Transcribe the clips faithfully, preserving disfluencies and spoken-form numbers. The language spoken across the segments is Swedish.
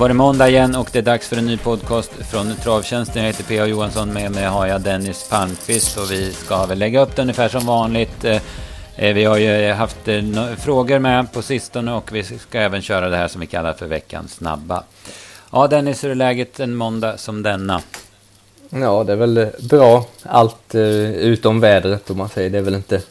var det måndag igen och det är dags för en ny podcast från Travtjänsten. Jag heter P A Johansson, med mig har jag Dennis Palmqvist och vi ska väl lägga upp det ungefär som vanligt. Vi har ju haft frågor med på sistone och vi ska även köra det här som vi kallar för veckans snabba. Ja, Dennis, hur är läget en måndag som denna? Ja, det är väl bra. Allt uh, utom vädret, om man säger. Det är väl inte...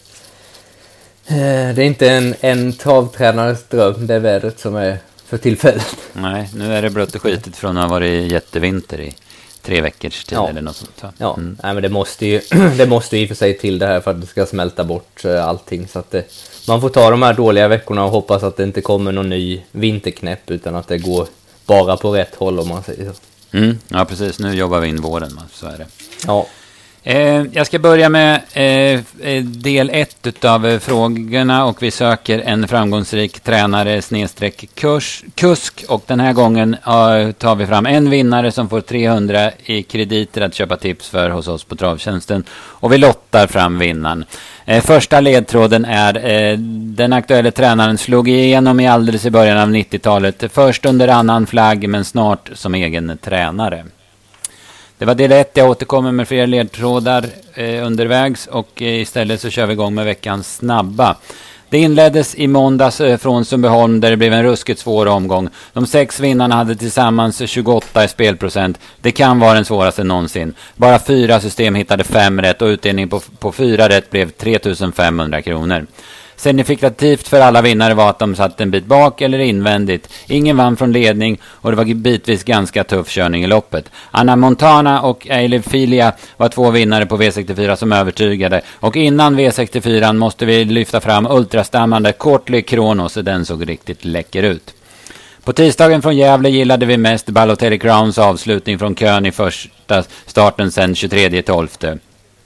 Uh, det är inte en, en travtränares dröm, det är vädret som är för tillfället. Nej, nu är det blött och skitigt från att ha varit jättevinter i tre veckors tid, ja. Eller något sånt. Så. Ja, mm. Nej, men det måste ju det måste ju i och för sig till det här för att det ska smälta bort uh, allting. Så att det, man får ta de här dåliga veckorna och hoppas att det inte kommer någon ny vinterknäpp utan att det går bara på rätt håll, om man säger så. Mm, ja, precis. Nu jobbar vi in våren, så är det. Ja. Eh, jag ska börja med eh, del ett utav frågorna och vi söker en framgångsrik tränare snedstreck kurs, kusk och den här gången eh, tar vi fram en vinnare som får trehundra i krediter att köpa tips för hos oss på Travtjänsten och vi lottar fram vinnaren. Eh, första ledtråden är eh, den aktuella tränaren slog igenom i alldeles i början av nittiotalet, först under annan flagg men snart som egen tränare. Det var del ett, jag återkommer med fler ledtrådar eh, undervägs och eh, istället så kör vi igång med veckans snabba. Det inleddes i måndags eh, från Sundbyholm där det blev en ruskigt svår omgång. De sex vinnarna hade tillsammans tjugoåtta i spelprocent. Det kan vara den svåraste någonsin. Bara fyra system hittade fem rätt och utdelning på, på fyra rätt blev tre tusen femhundra kronor. Signifikativt för alla vinnare var att de satt en bit bak eller invändigt. Ingen vann från ledning och det var bitvis ganska tuff körning i loppet. Anna Montana och Eilif Filia var två vinnare på V sextiofyra som övertygade. Och innan V sextiofyra måste vi lyfta fram ultrastammande Courtly Kronos, den såg riktigt läcker ut. På tisdagen från Gävle gillade vi mest Balotelli Crowns avslutning från kön i första starten sedan tjugotredje tolfte.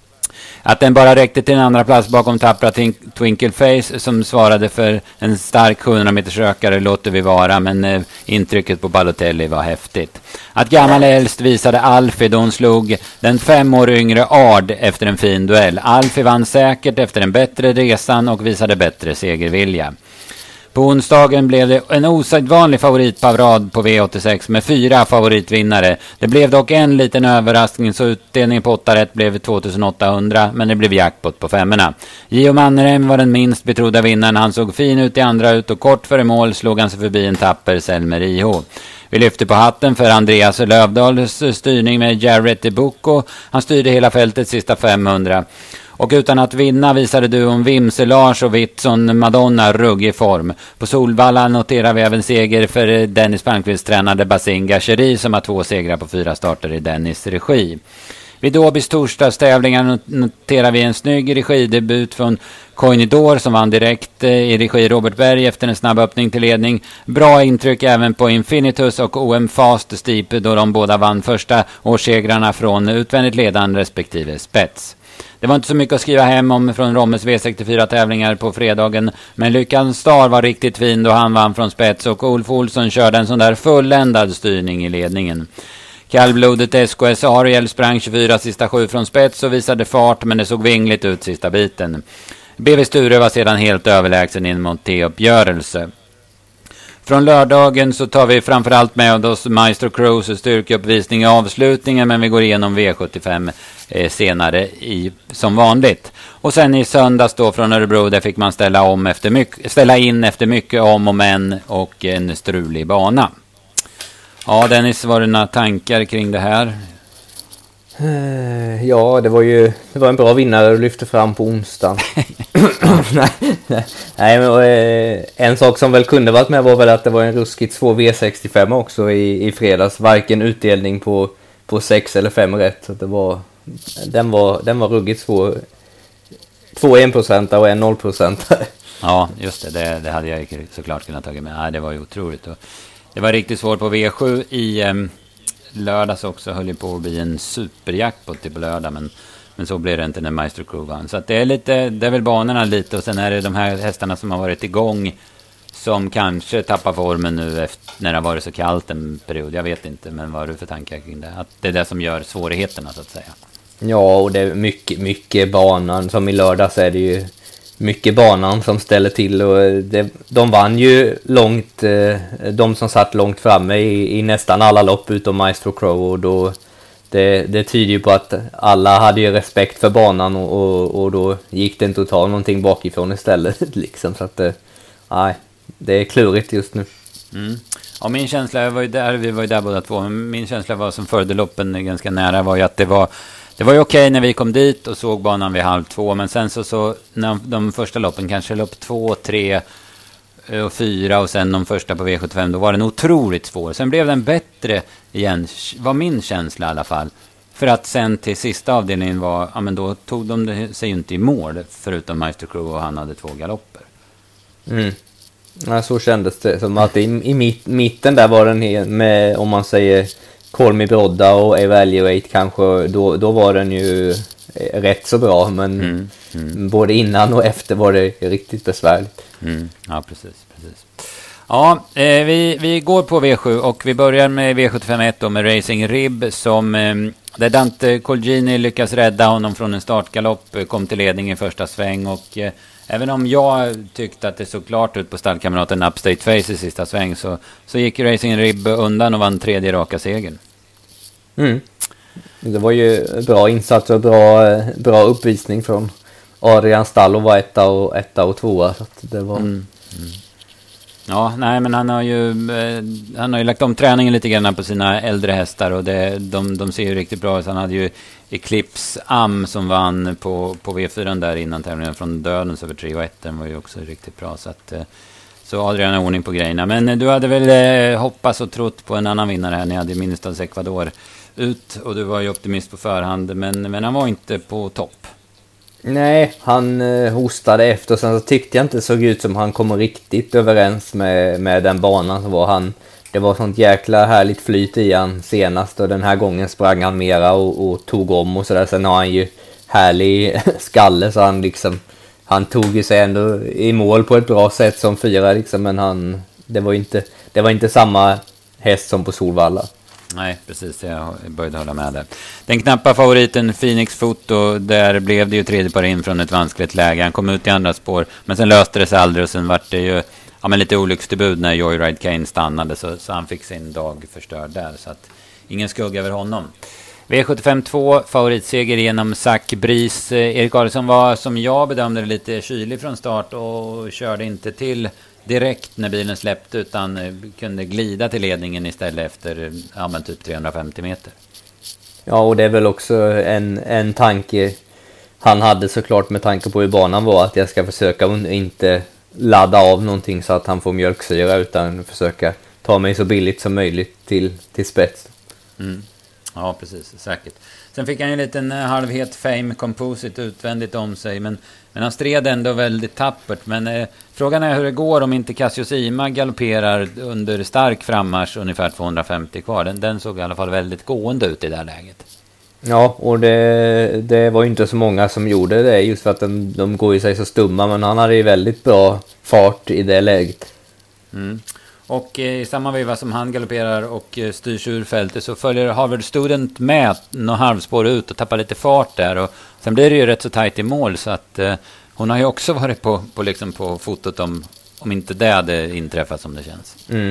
Att den bara räckte till en andra plats bakom tappra Twinkle Face som svarade för en stark hundra meters ökare låter vi vara, men eh, intrycket på Balotelli var häftigt. Att gammal äldst visade Alfie då hon slog den fem år yngre Ard efter en fin duell. Alfie vann säkert efter en bättre resan och visade bättre segervilja. På onsdagen blev det en osedvanlig favoritparad på V åttiosex med fyra favoritvinnare. Det blev dock en liten överraskning så utdelningen på åtta rätt blev tvåtusen åttahundra men det blev jackpot på femmorna. Gio Mannerheim var den minst betrodda vinnaren. Han såg fin ut i andra ut och kort före mål slog han sig förbi en tapper Selmer I H. Vi lyfter på hatten för Andreas Lövdahls styrning med Jarrett Ebucco. Han styrde hela fältet sista femhundra. Och utan att vinna visade du om Wimse Lars och Wittson Madonna ruggig form. På Solvalla noterar vi även seger för Dennis Palmqvist tränade Basinga Cheri som har två segrar på fyra starter i Dennis regi. Vid Åbys torsdagstävlingar noterar vi en snygg regidebut från Coinidor som vann direkt i regi Robert Berg efter en snabb öppning till ledning. Bra intryck även på Infinitus och O M Fast Steep då de båda vann första årssegrarna från utvändigt ledan respektive spets. Det var inte så mycket att skriva hem om från Rommes V sextiofyra-tävlingar på fredagen. Men Lyckan Star var riktigt fin då han vann från spets och Ulf Olsson körde en sån där fulländad styrning i ledningen. Kallblodet S K S Ariel sprang tjugofyra sista sju från spets och visade fart men det såg vingligt ut sista biten. B V Sture var sedan helt överlägsen in mot T-uppgörelse. Från lördagen så tar vi framförallt med oss Maestro Cruise styrkeuppvisning i avslutningen men vi går igenom V sjuttiofem eh, senare i, som vanligt. Och sen i söndags då från Örebro där fick man ställa, om efter mycket, ställa in efter mycket om och men och en strulig bana. Ja, Dennis, var det några tankar kring det här? Ja, det var ju det var en bra vinnare du lyfte fram på onsdagen. nej, nej, nej, men eh, en sak som väl kunde varit med var väl att det var en ruskigt svår V sextiofem också i, i fredags. Varken utdelning på, på sex eller fem rätt. Så det var, den, var, den var ruggigt svår. Två en procent och en noll procent. Ja, just det, det. Det hade jag såklart kunnat ta med. Nej, det var ju otroligt. Och det var riktigt svårt på V sju i... Um... lördags också höll ju på att bli en superjackpot på lördag men, men så blev det inte när Maestro Crew vann. Så att det är lite, det är väl banorna lite och sen är det de här hästarna som har varit igång som kanske tappar formen nu efter, när det har varit så kallt en period. Jag vet inte, men vad har du för tankar kring det? Att det är det som gör svårigheterna så att säga. Ja, och det är mycket, mycket banan. Som i lördags är det ju mycket banan som ställer till, och det, de vann ju långt, de som satt långt framme i, i nästan alla lopp utom Maestro Crow, och då det, det tyder ju på att alla hade ju respekt för banan, och, och, och då gick det inte att ta någonting bakifrån istället liksom, så att nej, det är klurigt just nu. Mm. Ja, min känsla, jag var ju där, vi var ju där båda två, men min känsla var som följde loppen ganska nära var ju att det var Det var ju okej när vi kom dit och såg banan vid halv två, men sen så, så när de första loppen, kanske lopp två, tre och fyra och sen de första på V sjuttiofem, då var den otroligt svår. Sen blev den bättre igen, var min känsla i alla fall. För att sen till sista avdelningen var, ja men då tog de sig ju inte i mål, förutom Maestro Crow, och han hade två galopper. Mm. Ja, så kändes det, som att i, i mitt, mitten där var den med, om man säger Call Me Brodda och Evaluate kanske, då, då var den ju rätt så bra, men mm, mm. både innan och efter var det riktigt besvärligt. Mm, ja, precis, precis. Ja, eh, vi, vi går på V sju och vi börjar med V sjuttiofem ett då, med Racing Rib, som eh, där Dante Colgjini lyckas rädda honom från en startgalopp, kom till ledning i första sväng, och eh, även om jag tyckte att det såg klart ut på stallkamraten Upstate Face i sista sväng, så, så gick Racing Rib undan och vann tredje raka segern. Mm. Det var ju bra insats och bra, bra uppvisning från Adrian Stall, och var etta och, etta och tvåa, så att det var... Mm. Mm. Ja, nej, men han har ju eh, han har ju lagt om träningen lite grann på sina äldre hästar, och det, de, de ser ju riktigt bra ut. Han hade ju Eclipse Am som vann på, på V fyra där innan tävlingen från Dödens över tre och ett. Den var ju också riktigt bra, så att eh, så Adrian har ordning på grejerna. Men eh, du hade väl eh, hoppats och trott på en annan vinnare här. Ni hade Ministads Ecuador ut, och du var ju optimist på förhand, men, men han var inte på topp. Nej, han eh, hostade efter, och sen så tyckte jag inte såg ut som han kom riktigt överens med, med den banan som var han. Det var sånt jäkla härligt flyt i han senast, och den här gången sprang han mera och, och tog om och sådär. Sen har han ju härlig skalle, så han liksom, han tog ju sig ändå i mål på ett bra sätt som fyra liksom, men han, det var inte, det var inte samma häst som på Solvalla. Nej, precis. Jag började hålla med där. Den knappa favoriten Phoenix Foto, där blev det ju tredje par in från ett vanskligt läge. Han kom ut i andra spår, men sen löste det sig aldrig, och sen var det ju ja, men lite olyckstillbud när Joyride Kane stannade, så, så han fick sin dag förstörd där, så att ingen skugga över honom. V sjuttiofem två, favoritseger genom Zach Bris. Erik Adelsson var, som jag bedömde det, lite kylig från start och körde inte till direkt när bilen släppte, utan kunde glida till ledningen istället efter ja, men typ trehundrafemtio meter. Ja, och det är väl också en, en tanke han hade såklart, med tanke på hur banan var, att jag ska försöka inte ladda av någonting så att han får mjölksyra, utan försöka ta mig så billigt som möjligt till, till spets. Mm. Ja, precis, säkert. Sen fick han ju en liten halvhet Fame Composite utvändigt om sig, men, men han stred ändå väldigt tappert. Men eh, frågan är hur det går om inte Cassius Ima galopperar under stark frammarsch, ungefär tvåhundrafemtio kvar. Den, den såg i alla fall väldigt gående ut i det här läget. Ja, och det, det var ju inte så många som gjorde det, just för att de, de går ju sig så stumma, men han hade ju väldigt bra fart i det läget. Mm. Och i samma veva som han galopperar och styrs ur fältet, så följer Harvard Student med några halvspår ut och tappar lite fart där, och sen blir det ju rätt så tajt i mål, så att eh, hon har ju också varit på, på, liksom på fotot om, om inte det hade inträffat, som det känns. Mm.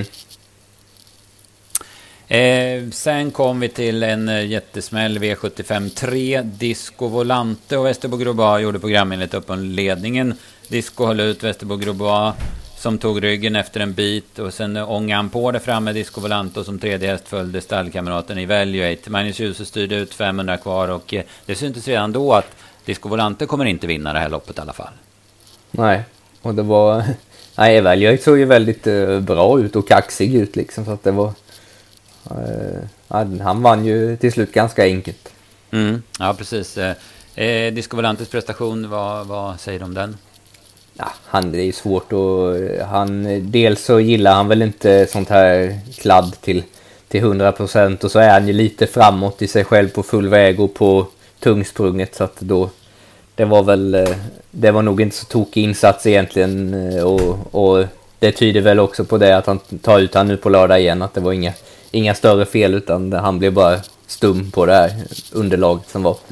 Eh, sen kom vi till en eh, jättesmäll V sjuttiofem tre. Disco Volante och Västerbo Grobois gjorde programmet upp på ledningen. Disco höll ut Västerbo Grobois, som tog ryggen efter en bit, och sen ångade han på det fram med Disco Volante, och som tredje häst följde stallkamraten Evaluate. Magnus Djuse styrde ut femhundra kvar, och eh, det syntes redan då att Disco Volante kommer inte vinna det här loppet i alla fall. Nej, och det var... Nej, Evaluate såg ju väldigt uh, bra ut och kaxig ut liksom, så att det var... Uh, han vann ju till slut ganska enkelt. Mm, ja, precis. Eh, Disco Volantes prestation, vad, vad säger du om den? Ja, han, det är svårt, och han, dels så gillar han väl inte sånt här kladd till, till hundra procent, och så är han ju lite framåt i sig själv på full väg och på tungsprunget, så att då, det var väl, det var nog inte så tokig insats egentligen, och, och det tyder väl också på det att han tar ut han nu på lördag igen, att det var inga, inga större fel, utan han blev bara stum på det här underlaget som var. Mm.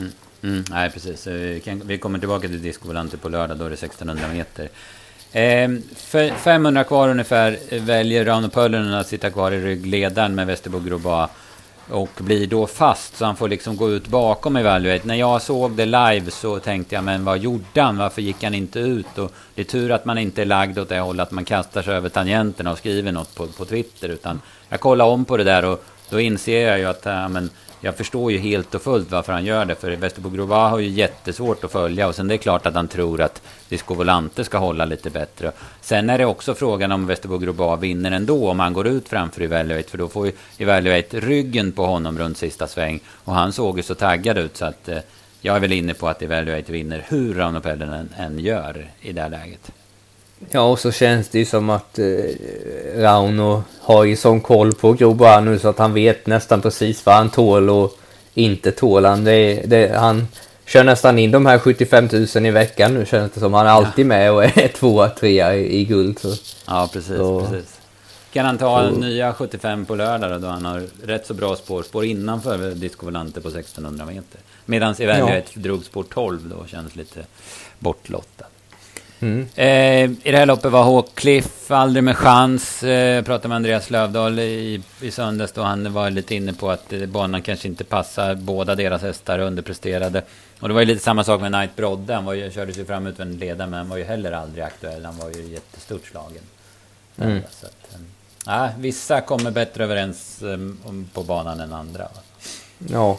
Mm, nej, precis. Vi, kan, vi kommer tillbaka till Disco Volante på lördag, då är det sextonhundra meter. Eh, för femhundra kvar ungefär väljer Rauno Pöllönen att sitta kvar i ryggledaren med Västerbo Groba och blir då fast, så han får liksom gå ut bakom Evaluate. När jag såg det live så tänkte jag, men vad gjorde han? Varför gick han inte ut? Och det är tur att man inte är lagd åt det hållet att man kastar sig över tangenterna och skriver något på, på Twitter, utan jag kollar om på det där och då inser jag ju att ja, men jag förstår ju helt och fullt varför han gör det. För Västerbo Groba har ju jättesvårt att följa. Och sen det är klart att han tror att Disco Volante ska hålla lite bättre. Sen är det också frågan om Västerbo Groba vinner ändå. Om han går ut framför Evaluate. För då får ju Evaluate ryggen på honom runt sista sväng. Och han såg ju så taggad ut. Så att eh, jag är väl inne på att Evaluate vinner hur Rauno Pöllönen än gör i det här läget. Ja, och så känns det ju som att eh, Rauno har ju sån koll på Groba nu så att han vet nästan precis vad han tål och inte tål. Han, det, det, han kör nästan in de här sjuttiofem tusen i veckan nu, känns det som. Han är alltid med och är tvåa, trea i, i guld. Så. Ja, precis, så. precis. Kan han ta så. nya sjuttiofem på lördag då han har rätt så bra spår, spår innanför Disco Volante på sextonhundra meter. Medan Evaluate ja. drog spår tolv då, känns lite bortlottad. Mm. Eh, I det här loppet var Håkliff aldrig med chans. eh, Pratade med Andreas Lövdahl i, i söndags då han var lite inne på att eh, banan kanske inte passar. Båda deras hästar underpresterade. Och det var ju lite samma sak med Knight Brodde. Han var ju, körde sig fram ut med en ledare, men han var ju heller aldrig aktuell. Han var ju jättestort slagen. mm. Så att, eh, ja, vissa kommer bättre överens eh, på banan än andra, va? Ja.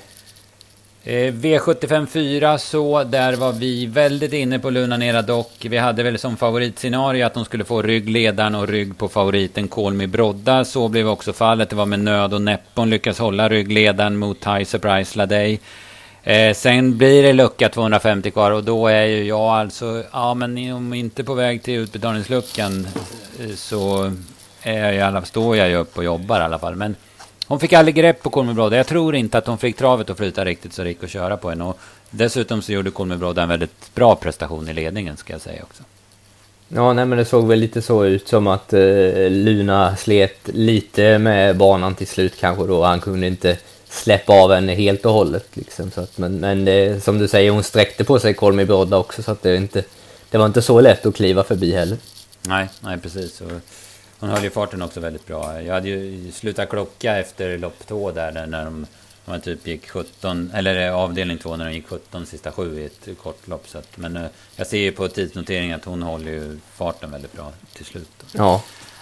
V sjuttiofem fyra, så där var vi väldigt inne på Luna Nera dock. Vi hade väl som favoritscenario att de skulle få ryggledaren och rygg på favoriten Kolmi Brodda. Så blev också fallet. Det var med nöd och näppon lyckas hålla ryggledaren mot High Surprise Ladej. Eh, sen blir det lucka tvåhundrafemtio kvar och då är ju jag alltså, ja men om inte på väg till utbetalningsluckan eh, så är jag i alla, står jag ju upp och jobbar i alla fall. Men hon fick aldrig grepp på Kolmi Brodda. Jag tror inte att hon fick travet att flyta riktigt så det gick att köra på henne. Och dessutom så gjorde Kolmi Brodda en väldigt bra prestation i ledningen, ska jag säga också. Ja, nej, men det såg väl lite så ut som att eh, Luna slet lite med banan till slut kanske då. Han kunde inte släppa av henne helt och hållet liksom. Så att, men men det, som du säger, hon sträckte på sig Kolmi Brodda också, så att det, inte, det var inte så lätt att kliva förbi heller. Nej, nej precis. Och hon höll ju farten också väldigt bra. Jag hade ju slutat klocka efter lopp två där, där när de, de typ gick sjutton, eller avdelning två när de gick sjutton sista sju i ett kort lopp. Så att, men uh, jag ser ju på tidsnoteringen att hon håller ju farten väldigt bra till slut. Ja.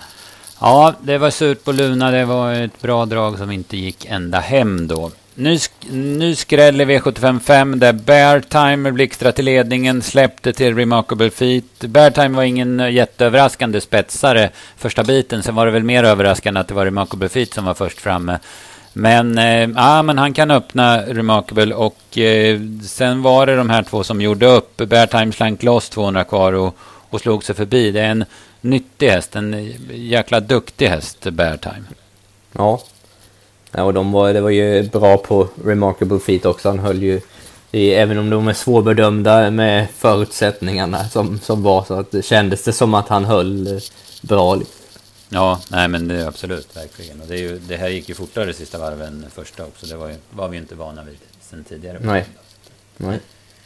Ja, det var surt på Luna. Det var ett bra drag som inte gick ända hem då. Ny, ny skräll i V sjuttiofem fem där Bear Time blixtra till ledningen, släppte till Remarkable Feet. Bear Time var ingen jätteöverraskande spetsare första biten. Sen var det väl mer överraskande att det var Remarkable Feet som var först framme. Men, eh, ja, men han kan öppna Remarkable och eh, sen var det de här två som gjorde upp. Bear Time slank loss tvåhundra kvar och, och slog sig förbi. Det är en nyttig häst, en jäkla duktig häst, Bear Time. Ja. Ja, och de var, det var ju bra på Remarkable Feet också. Han höll ju, även om de är svårbedömda med förutsättningarna som, som var, så att det kändes det som att han höll bra. Ja, nej men det är absolut, verkligen. Och det, är ju, det här gick ju fortare det sista varven än första också. Det var, ju, var vi inte vana vid sen tidigare. Nej. Nej.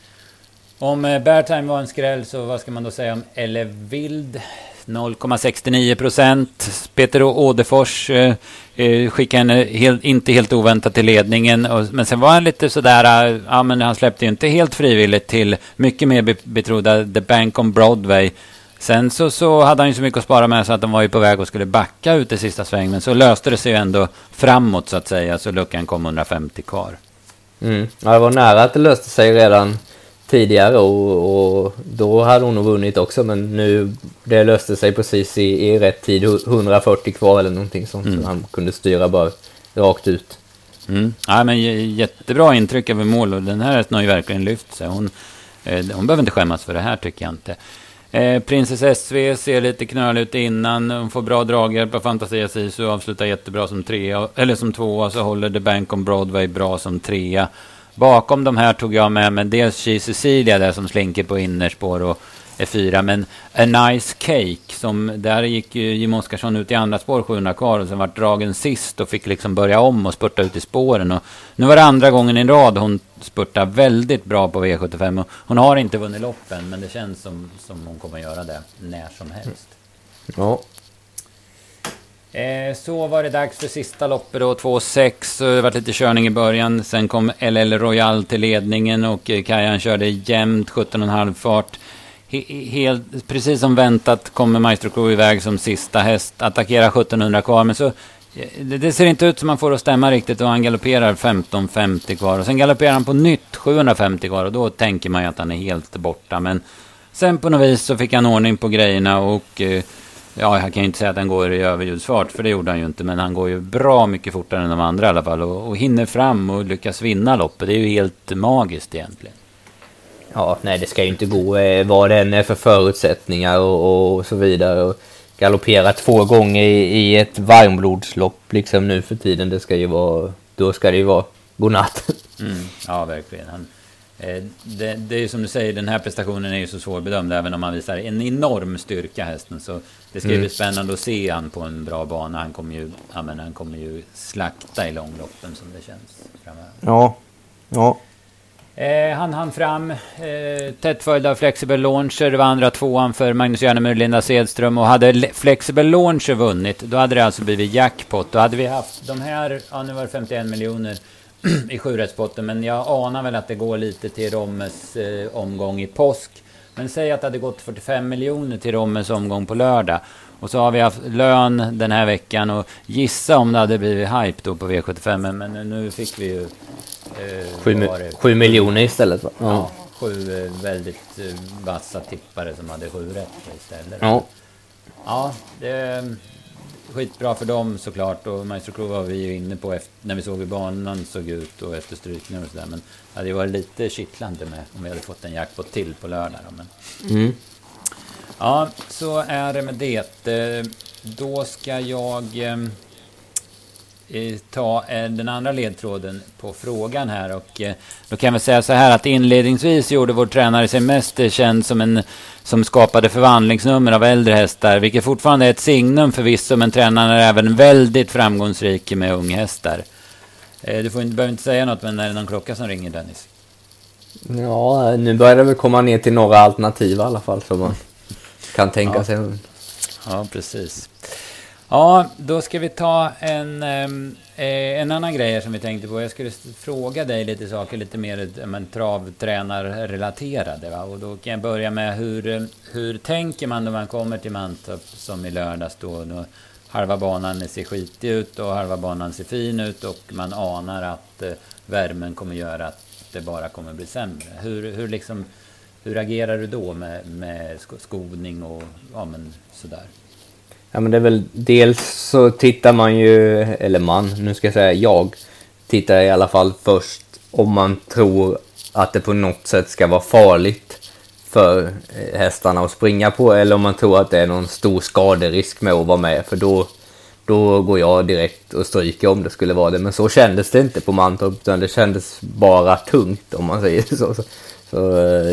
Om eh, Bear Time var en skräll, så vad ska man då säga om Elle Vild? noll komma sextionio procent. Peter Åderfors eh, eh, skickade henne helt, inte helt oväntat till ledningen. Och, men sen var han lite sådär, eh, ja men han släppte ju inte helt frivilligt till mycket mer betrodda The Bank on Broadway. Sen så, så hade han ju så mycket att spara med så att de var ju på väg och skulle backa ut i sista sväng. Men så löste det sig ju ändå framåt så att säga, så luckan kom hundrafemtio kvar. Mm. Ja, det var nära att det löste sig redan tidigare och, och då hade hon nog vunnit också, men nu det löste sig precis i, i rätt tid, hundrafyrtio kvar eller någonting sånt, mm. så han kunde styra bara rakt ut. Mm. Ja, men j- jättebra intryck över mål, och den här har ju verkligen lyft sig. Hon, eh, hon behöver inte skämmas för det här, tycker jag inte. Eh, Princess S V ser lite knöl ut innan. Hon får bra draghjälp av Fantasia Sisu och avslutar jättebra som trea, eller som tvåa, så håller The Bank on Broadway bra som trea. Bakom de här tog jag med, med dels She Cecilia där som slinker på innerspår, och är fyra. Men A Nice Cake, som där gick ju Jim Oskarsson ut i andra spår sjuhundra kvar och sen var dragen sist och fick liksom börja om och spurta ut i spåren. Och nu var det andra gången i en rad hon spurtar väldigt bra på V sjuttiofem. Och hon har inte vunnit loppen, men det känns som, som hon kommer göra det när som helst. Ja. Eh, så var det dags för sista loppet då, två sex. Det var lite körning i början. Sen kom L L Royal till ledningen och eh, Kajan körde jämnt sjutton komma fem fart. He- helt, precis som väntat kommer Maestro Crew iväg som sista häst. Attackerar sjuttonhundra kvar, men så eh, det, det ser inte ut som man får att stämma riktigt och han galopperar femton femtio kvar. Och sen galopperar han på nytt sjuhundrafemtio kvar och då tänker man ju att han är helt borta. Men sen på något vis så fick han ordning på grejerna och... Eh, Ja, jag kan ju inte säga att han går i överljudsfart, för det gjorde han ju inte. Men han går ju bra mycket fortare än de andra i alla fall. Och, och hinner fram och lyckas vinna loppet. Det är ju helt magiskt egentligen. Ja, nej, det ska ju inte gå eh, vad det än är för förutsättningar och, och så vidare. Och galoppera två gånger i, i ett varmblodslopp liksom nu för tiden. Det ska ju vara, då ska det ju vara godnatt. Mm, ja, verkligen. Han, eh, det, det är ju som du säger, den här prestationen är ju så svårbedömd. Även om man visar en enorm styrka hästen, så det ska ju bli spännande att se han på en bra bana. Han kommer ju, ja, men han kommer ju slakta i långloppen som det känns framöver. Ja, ja. Eh, han hann fram, eh, tätt följd av Flexible Launcher. Det var andra tvåan för Magnus Järnemyr, Linda Sedström. Och hade Le- Flexible Launcher vunnit, då hade det alltså blivit jackpot. Då hade vi haft de här, ja nu var det femtioen miljoner i sjurättspotten. Men jag anar väl att det går lite till Rommes eh, omgång i påsk. Men säg att det hade gått fyrtiofem miljoner till Rommes omgång på lördag. Och så har vi haft lön den här veckan. Och gissa om det hade blivit hype då på V sjuttiofem. Men nu fick vi ju... Eh, Sju, sju miljoner istället, va? Ja, ja sju eh, väldigt eh, vassa tippare som hade sju rätt istället. Ja. Ja, det är skitbra för dem såklart. Och Maestro Crew var vi ju inne på efter, när vi såg hur banan såg ut och efter strykningar och sådär. Men det hade ju varit lite kittlande med om vi hade fått en jackpot till på lördag. Då, men... Mm. Ja, så är det med det. Eh, Då ska jag... Eh, ta den andra ledtråden på frågan här, och då kan vi säga så här att inledningsvis gjorde vår tränare sig mest känd som en som skapade förvandlingsnummer av äldre hästar, vilket fortfarande är ett signum förvisso, men tränaren är även väldigt framgångsrik med unghästar. Du får inte, behöver inte säga något, men är det någon klocka som ringer, Dennis? Ja, nu börjar det väl komma ner till några alternativ i alla fall som man kan tänka ja. sig. Ja, precis. Ja, då ska vi ta en, eh, en annan grej som vi tänkte på. Jag skulle fråga dig lite saker, lite mer men, travtränarrelaterade. Va? Och då kan jag börja med hur, hur tänker man när man kommer till Mantorp som i lördags då? då halva banan ser skitig ut och halva banan ser fin ut och man anar att eh, värmen kommer göra att det bara kommer bli sämre. Hur, hur, liksom, hur agerar du då med, med skodning och ja, men, sådär? Ja, men det är väl dels så tittar man ju, eller man, nu ska jag säga jag, tittar i alla fall först om man tror att det på något sätt ska vara farligt för hästarna att springa på, eller om man tror att det är någon stor skaderisk med att vara med, för då, då går jag direkt och stryker om det skulle vara det. Men så kändes det inte på Mantorp, utan det kändes bara tungt om man säger så. Så, så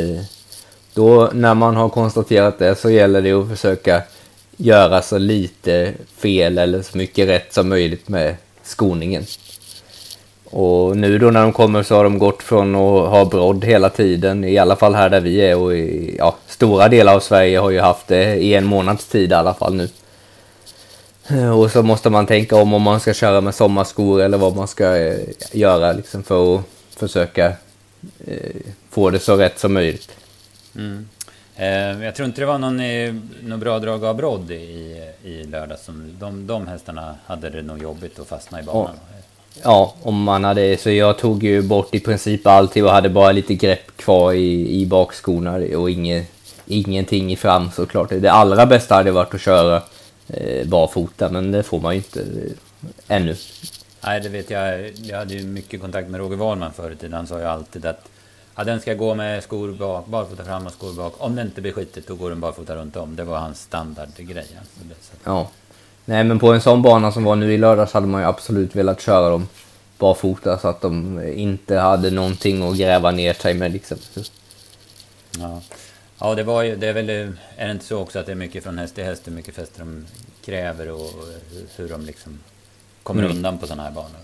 då när man har konstaterat det så gäller det att försöka göra så lite fel eller så mycket rätt som möjligt med skoningen. Och nu då när de kommer så har de gått från att ha brodd hela tiden, i alla fall här där vi är, och i, ja, stora delar av Sverige har ju haft det i en månads tid i alla fall nu. Och så måste man tänka om om man ska köra med sommarskor eller vad man ska eh, göra liksom för att försöka eh, få det så rätt som möjligt. Mm. Eh, jag tror inte det var någon, eh, någon bra drag av brodd i, i lördag. Som de, de hästarna hade det nog jobbigt att fastna i banan. Ja. Ja, om man hade, så jag tog ju bort i princip allt och hade bara lite grepp kvar i, i bakskorna och inget, ingenting i fram såklart. Det allra bästa hade varit att köra eh, barfota, men det får man ju inte eh, ännu. Nej, det vet jag. Jag hade ju mycket kontakt med Roger Wahlman förut. Han sa ju alltid att ja, den ska gå med skor bak, barfota fram och skor bak. Om det inte blir skitigt, då går den barfota runt om. Det var hans standardgrej. Alltså. Ja. Nej, men på en sån bana som var nu i lördags hade man ju absolut velat köra dem barfota så att de inte hade någonting att gräva ner sig med liksom. Ja. Ja, det var ju, det är väl, är det inte så också att det är mycket från häst till häst, hur mycket fester de kräver och hur de liksom kommer mm. undan på sådana här banor?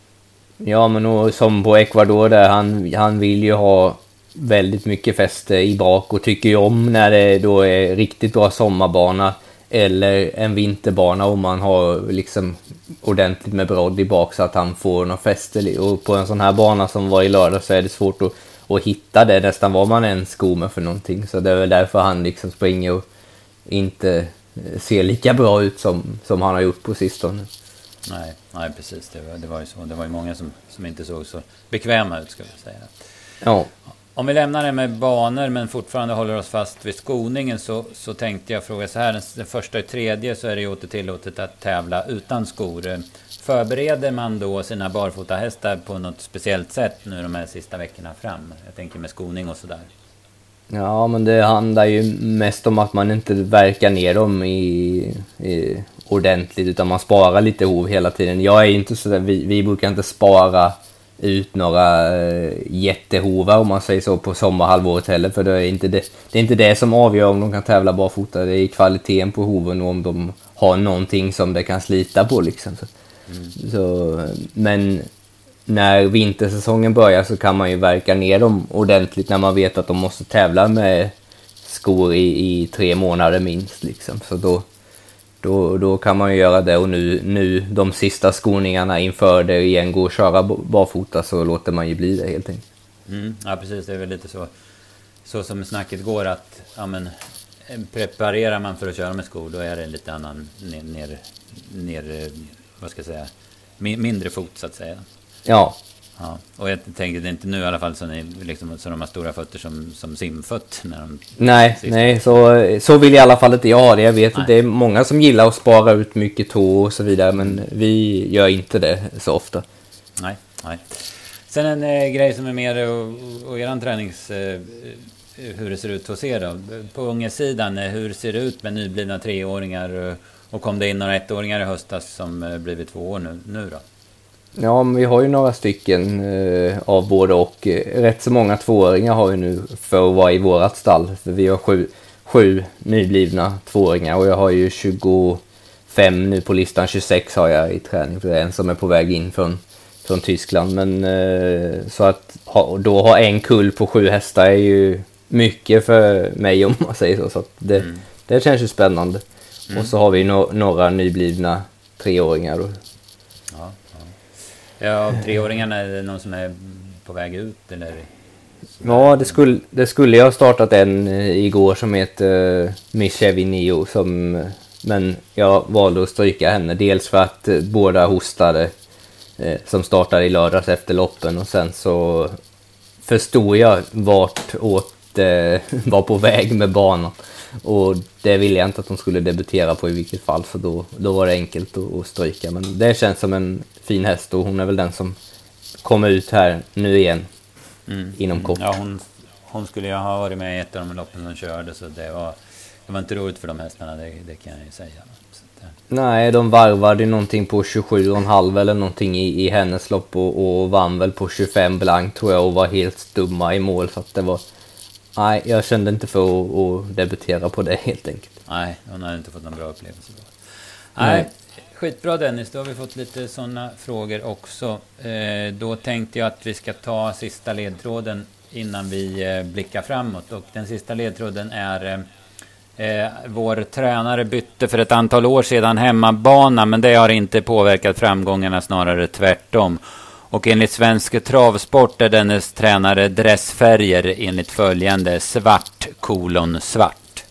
Ja, men och, som på Ecuador där, han, han vill ju ha väldigt mycket fäste i bak och tycker ju om när det då är riktigt bra sommarbana eller en vinterbana om man har liksom ordentligt med brodd i bak så att han får någon fäste. Och på en sån här bana som var i lördag så är det svårt att, att hitta det nästan vad man än skor med för någonting. Så det är väl därför han liksom springer och inte ser lika bra ut som, som han har gjort på sistone. Nej, nej precis. Det var, det var ju så. Det var ju många som, som inte såg så bekväma ut, ska jag säga. Ja. Om vi lämnar det med banor men fortfarande håller oss fast vid skoningen så, så tänkte jag fråga så här. Den, den första och tredje så är det ju åter tillåtet att tävla utan skor. Förbereder man då sina barfotahästar på något speciellt sätt nu de här sista veckorna fram? Jag tänker med skoning och sådär. Ja, men det handlar ju mest om att man inte verkar ner dem i, i ordentligt utan man sparar lite hov hela tiden. Jag är inte så där, vi, vi brukar inte spara ut några äh, jättehovar om man säger så på sommarhalvåret heller, för det är inte det, det är inte det som avgör om de kan tävla barfota, det är kvaliteten på hoven och om de har någonting som det kan slita på liksom. Så, mm. så, men när vintersäsongen börjar så kan man ju verka ner dem ordentligt när man vet att de måste tävla med skor i, i tre månader minst liksom. Så då, då, då kan man ju göra det, och nu, nu de sista skoningarna inför det igen går att köra barfota så låter man ju bli det helt enkelt. Mm, ja precis, det är väl lite så, så som snacket går att ja, men, preparerar man för att köra med skor då är det en lite annan ner, ner, ner vad ska jag säga, mindre fot så att säga. Ja. Ja, och jag tänker det är inte nu i alla fall så, ni, liksom, så de har stora fötter som, som simfött. När de nej, sista. nej så, så vill i alla fall inte jag ha det. Jag vet nej. att det är många som gillar att spara ut mycket tå och så vidare, men vi gör inte det så ofta. Nej, nej. Sen en eh, grej som är mer och, och eran tränings... Eh, hur det ser ut hos er då. På ungesidan, hur ser det ut med nyblivna treåringar och kom det in några ettåringar i höstas som eh, blivit två år nu, nu då? Ja, men vi har ju några stycken eh, av både och. Rätt så många tvååringar har vi nu för att vara i vårat stall. För vi har sju, sju nyblivna tvååringar och jag har ju tjugofem nu på listan. tjugosex har jag i träning för det är en som är på väg in från, från Tyskland. Men eh, så att ha, då ha en kull på sju hästar är ju mycket för mig om man säger så. Så att det, mm. det känns ju spännande. Mm. Och så har vi no, några nyblivna treåringar. Och, ja. Ja, treåringarna, är det någon som är på väg ut eller? Ja, det skulle, det skulle jag ha startat en igår som heter uh, Michevi Nio som, men jag valde att stryka henne. Dels för att uh, båda hostade uh, som startade i lördags efter loppen och sen så förstod jag vart åt uh, var på väg med banan. Och det ville jag inte att de skulle debutera på i vilket fall, så då, då var det enkelt att, att stryka. Men det känns som en fin häst och hon är väl den som kommer ut här nu igen mm. inom kort. Ja, hon, hon skulle ju ha varit med i ett av de loppen som körde, så det var, det var inte roligt för de hästarna, det, det kan jag ju säga. Så det... Nej, de varvade någonting på tjugosju komma fem eller någonting i, i hennes lopp och, och vann väl på tjugofem blank tror jag och var helt stumma i mål, så att det var... Nej, jag kände inte för att, att debutera på det helt enkelt. Nej, hon har inte fått någon bra upplevelse då. Nej, skitbra Dennis, då har vi fått lite sådana frågor också. Eh, då tänkte jag att vi ska ta sista ledtråden innan vi eh, blickar framåt. Och den sista ledtråden är... Eh, vår tränare bytte för ett antal år sedan hemmabana, men det har inte påverkat framgångarna, snarare tvärtom. Och enligt Svensk Travsport är dennes tränare dressfärger enligt följande: svart kolon svart.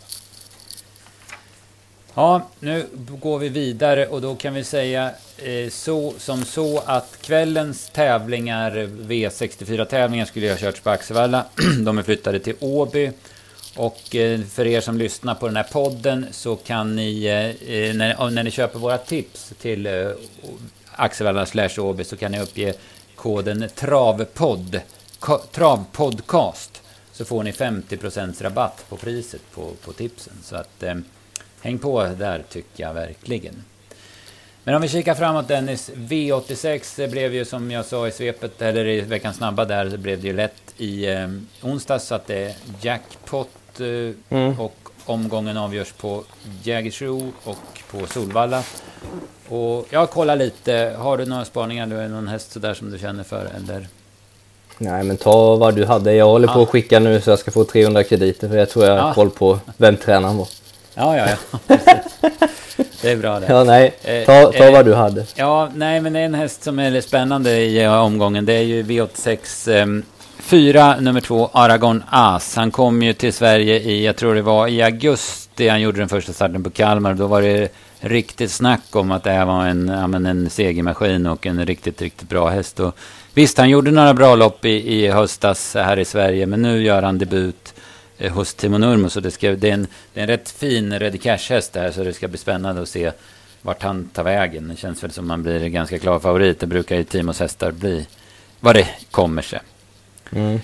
Ja, nu går vi vidare och då kan vi säga eh, så som så att kvällens tävlingar, V sextiofyra-tävlingar, skulle ha körts på Axevalla. De är flyttade till Åby. Och eh, för er som lyssnar på den här podden så kan ni, eh, när, när ni köper våra tips till eh, Axevalla slash Åby så kan ni uppge koden travpodd, travpodcast, så får ni femtio procent rabatt på priset på, på tipsen. Så att eh, häng på där tycker jag verkligen. Men om vi kikar framåt Dennis, V åttiosex det blev ju som jag sa i svepet, eller i veckans snabba där, så blev det ju lätt i eh, onsdags, så att det är jackpot eh, mm. och omgången avgörs på Jägersro och på Solvalla. Och jag kollar lite, har du några spaningar, du är någon häst sådär som du känner för, eller? Nej, men ta vad du hade. Jag håller ja. på att skicka nu så jag ska få trehundra krediter, för jag tror jag har ja. koll på vem tränaren var. Ja, ja, ja. Precis. Det är bra det. Ja, nej. Ta, ta eh, vad du hade. Ja, nej, men det är en häst som är spännande i omgången. Det är ju V åttiosex eh, fyra, nummer två, Aragon As. Han kom ju till Sverige i, jag tror det var i augusti, han gjorde den första starten på Kalmar. Då var det riktigt snack om att det här var en, ja, men en segermaskin och en riktigt, riktigt bra häst. Och visst, han gjorde några bra lopp i, i höstas här i Sverige, men nu gör han debut eh, hos Timo Nurmos. Så det, ska, det, är en, det är en rätt fin Ready Cash-häst där, så det ska bli spännande att se vart han tar vägen. Det känns väl som man blir ganska klar favorit. Det brukar ju Timos hästar bli, vad det kommer sig. Mm.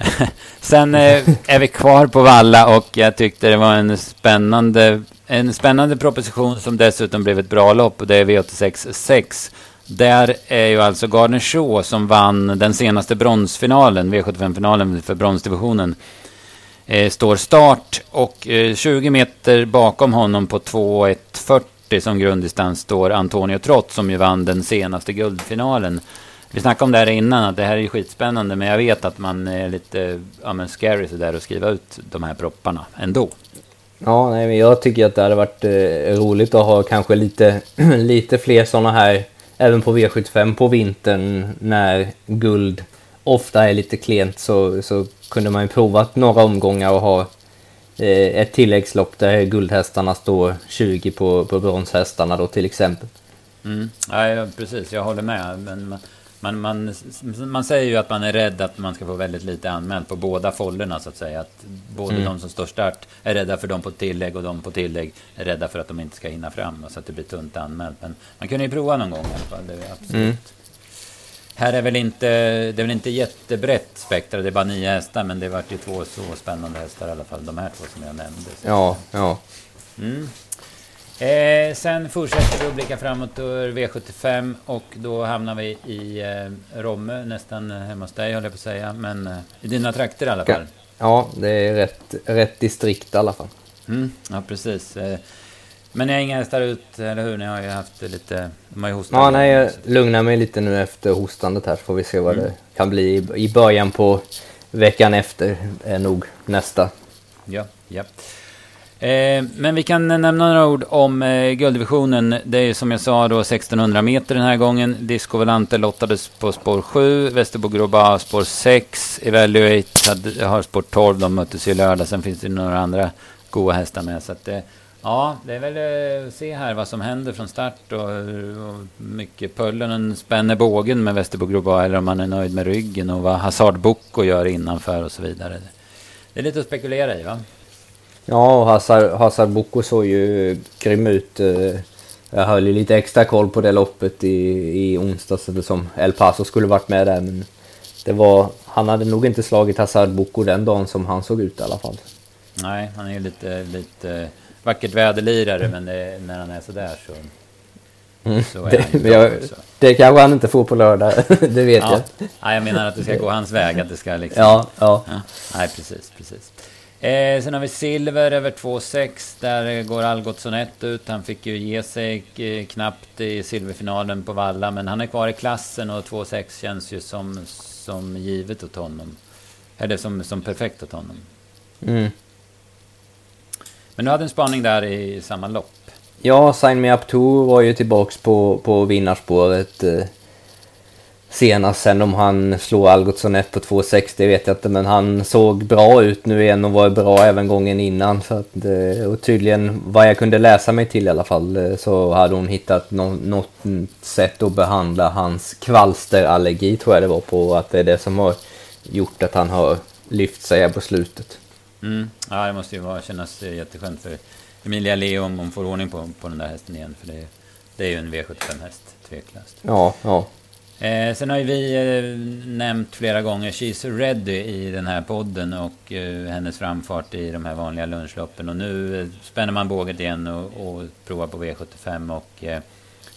Sen eh, är vi kvar på Valla, och jag tyckte det var en spännande en spännande proposition som dessutom blev ett bra lopp, och det är V åttiosex sex. Där är ju alltså Gardner Shaw som vann den senaste bronsfinalen, V sjuttiofem-finalen för bronsdivisionen. Eh, står start, och eh, tjugo meter bakom honom på två ett fyrtio som grunddistans står Antonio Trott, som ju vann den senaste guldfinalen. Vi snackade om det här innan, att det här är ju skitspännande, men jag vet att man är lite ja, men scary så där att skriva ut de här propparna ändå. Ja, nej, men jag tycker att det hade varit eh, roligt att ha kanske lite, lite fler sådana här, även på V sjuttiofem på vintern när guld ofta är lite klent, så, så kunde man ju provat några omgångar och ha eh, ett tilläggslopp där guldhästarna står tjugo på, på bronshästarna då till exempel. Mm. Ja, precis, jag håller med, men man, man, man säger ju att man är rädd att man ska få väldigt lite anmält på båda folderna, så att säga. Att både mm. de som står start är rädda för dem på tillägg, och de på tillägg är rädda för att de inte ska hinna fram, så att det blir tunt anmält. Men man kunde ju prova någon gång i alla fall, det är absolut. Mm. Här är väl inte, det är väl inte jättebrett spektra, det är bara nio hästar, men det har varit ju två så spännande hästar i alla fall, de här två som jag nämnde. Så. Ja, ja. Mm. Eh, sen fortsätter vi att blicka framåt ur V sjuttiofem, och då hamnar vi i eh, Romme, nästan hemma hos dig, håller jag på att säga, men eh, i dina trakter i alla fall. Ja, det är rätt, rätt distrikt i alla fall. Mm, ja, precis. Eh, men ni har inga hästar ut, eller hur? Ni har ju haft lite, de har ju hostat. Ja, nej, jag lugnar mig lite nu efter hostandet här, så får vi se vad mm. det kan bli i, i början på veckan efter, är nog nästa. Ja, ja. Eh, men vi kan nämna några ord om eh, gulddivisionen. Det är som jag sa då sextonhundra meter den här gången. Disco Volante lottades på spår sju, Västerbo Groba spår sex, Evaluate hade, har spår tolv, de möttes i lördag. Sen finns det några andra goda hästar med, så att eh, ja, det är väl att eh, se här vad som händer från start, och, och mycket Pöllen spänner bågen med Västerbo Groba, eller om man är nöjd med ryggen, och vad Hazard Boko gör innanför och så vidare. Det är lite att spekulera i, va? Ja, och Hazard, Hazard Boko såg ju grym ut. Jag höll ju lite extra koll på det loppet i, i onsdags, som El Paso skulle varit med där. Men det var, han hade nog inte slagit Hazard Boko den dagen som han såg ut i alla fall. Nej, han är ju lite, lite vackert väderlirare, men det, när han är sådär så, mm, så är det, han ju jag, det kanske han inte får på lördag, det vet ja. jag. Nej, jag menar att det ska gå hans väg, att det ska liksom... Ja, ja. ja. Nej, precis, precis. Eh, sen har vi silver över två sex. Där går Algotsson ett ut. Han fick ju ge sig eh, knappt i silverfinalen på Valla, men han är kvar i klassen, och två sex känns ju som, som givet åt honom. Eller som, som perfekt åt honom. Mm. Men du hade en spaning där i samma lopp. Ja, Sign Me Up två var ju tillbaks på, på vinnarspåret eh, senast. Sen om han slår Algotsson ett på två sex, det vet jag inte, men han såg bra ut nu igen och var bra även gången innan. Så att, och tydligen, vad jag kunde läsa mig till i alla fall, så hade hon hittat no, något sätt att behandla hans kvalsterallergi, tror jag det var, på att det är det som har gjort att han har lyft sig på slutet. Mm. Ja, det måste ju vara, kännas jätteskönt för Emilia Leo om hon får ordning på, på den där hästen igen, för det, det är ju en V sjuttiofem-häst, tveklöst. Ja, ja. Eh, sen har ju vi eh, nämnt flera gånger She's Ready i den här podden, och eh, hennes framfart i de här vanliga lunchloppen, och nu eh, spänner man båget igen och, och provar på V sjuttiofem, och eh,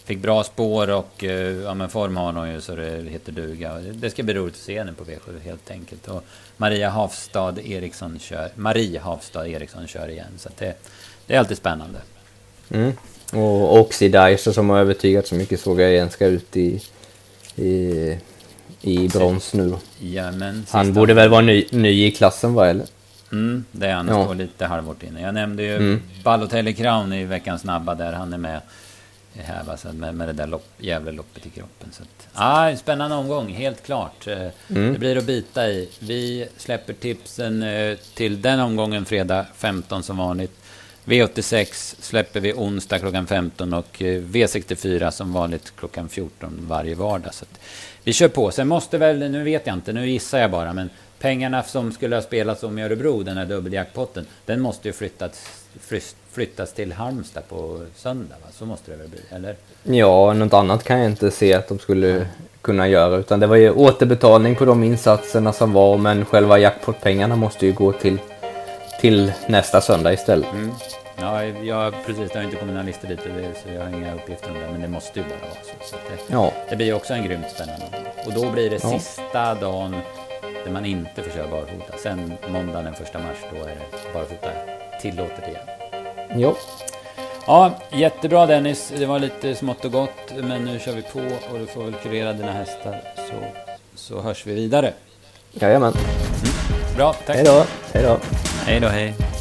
fick bra spår och eh, ja, men form har hon ju så det heter duga. Det ska bli roligt att se henne på V sju helt enkelt. Och Maria Hafstad Eriksson kör, Marie Hafstad Eriksson kör igen. Så att det, det är alltid spännande. Mm. Och Oxidizer som har övertygat så mycket såg jag igen ska ut i, i, i brons nu. Ja, men han borde väl vara ny, ny i klassen, va, eller? Mm, det är han. Ja. Står lite halvårt inne. Jag nämnde ju mm. Balotelli Crown i veckans snabba där han är med här, alltså med, med det där lopp, jävla loppet i kroppen. Så att, ah, spännande omgång, helt klart. Mm. Det blir att bita i. Vi släpper tipsen eh, till den omgången fredag femton som vanligt. V åttiosex släpper vi onsdag klockan femton och eh, V sextiofyra som vanligt klockan fjorton varje vardag. Så att vi kör på. Sen måste väl, nu vet jag inte, nu gissar jag bara, men pengarna som skulle ha spelats om i Örebro, den här dubbeljackpotten, den måste ju flyttas, flyttas till Halmstad på söndag, va? Så måste det väl bli, eller? Ja, något annat kan jag inte se att de skulle mm. kunna göra, utan det var ju återbetalning på de insatserna som var, men själva jackpotpengarna måste ju gå till, till nästa söndag istället. Mm. Ja, jag, precis, det har inte kommit några listor dit, så jag har inga uppgifter om det, men det måste ju bara vara så. så det, ja. det blir också en grymt spännande. Och då blir det ja. sista dagen där man inte får köra barfota. Sen måndag den första mars, då är det barfota tillåtet igen. Jo. Ja, jättebra Dennis. Det var lite smått och gott, men nu kör vi på och du får väl kurera dina hästar, så, så hörs vi vidare. Jajamän. Mm. Bra, tack. Hej då. Hej då. Hej då, hej.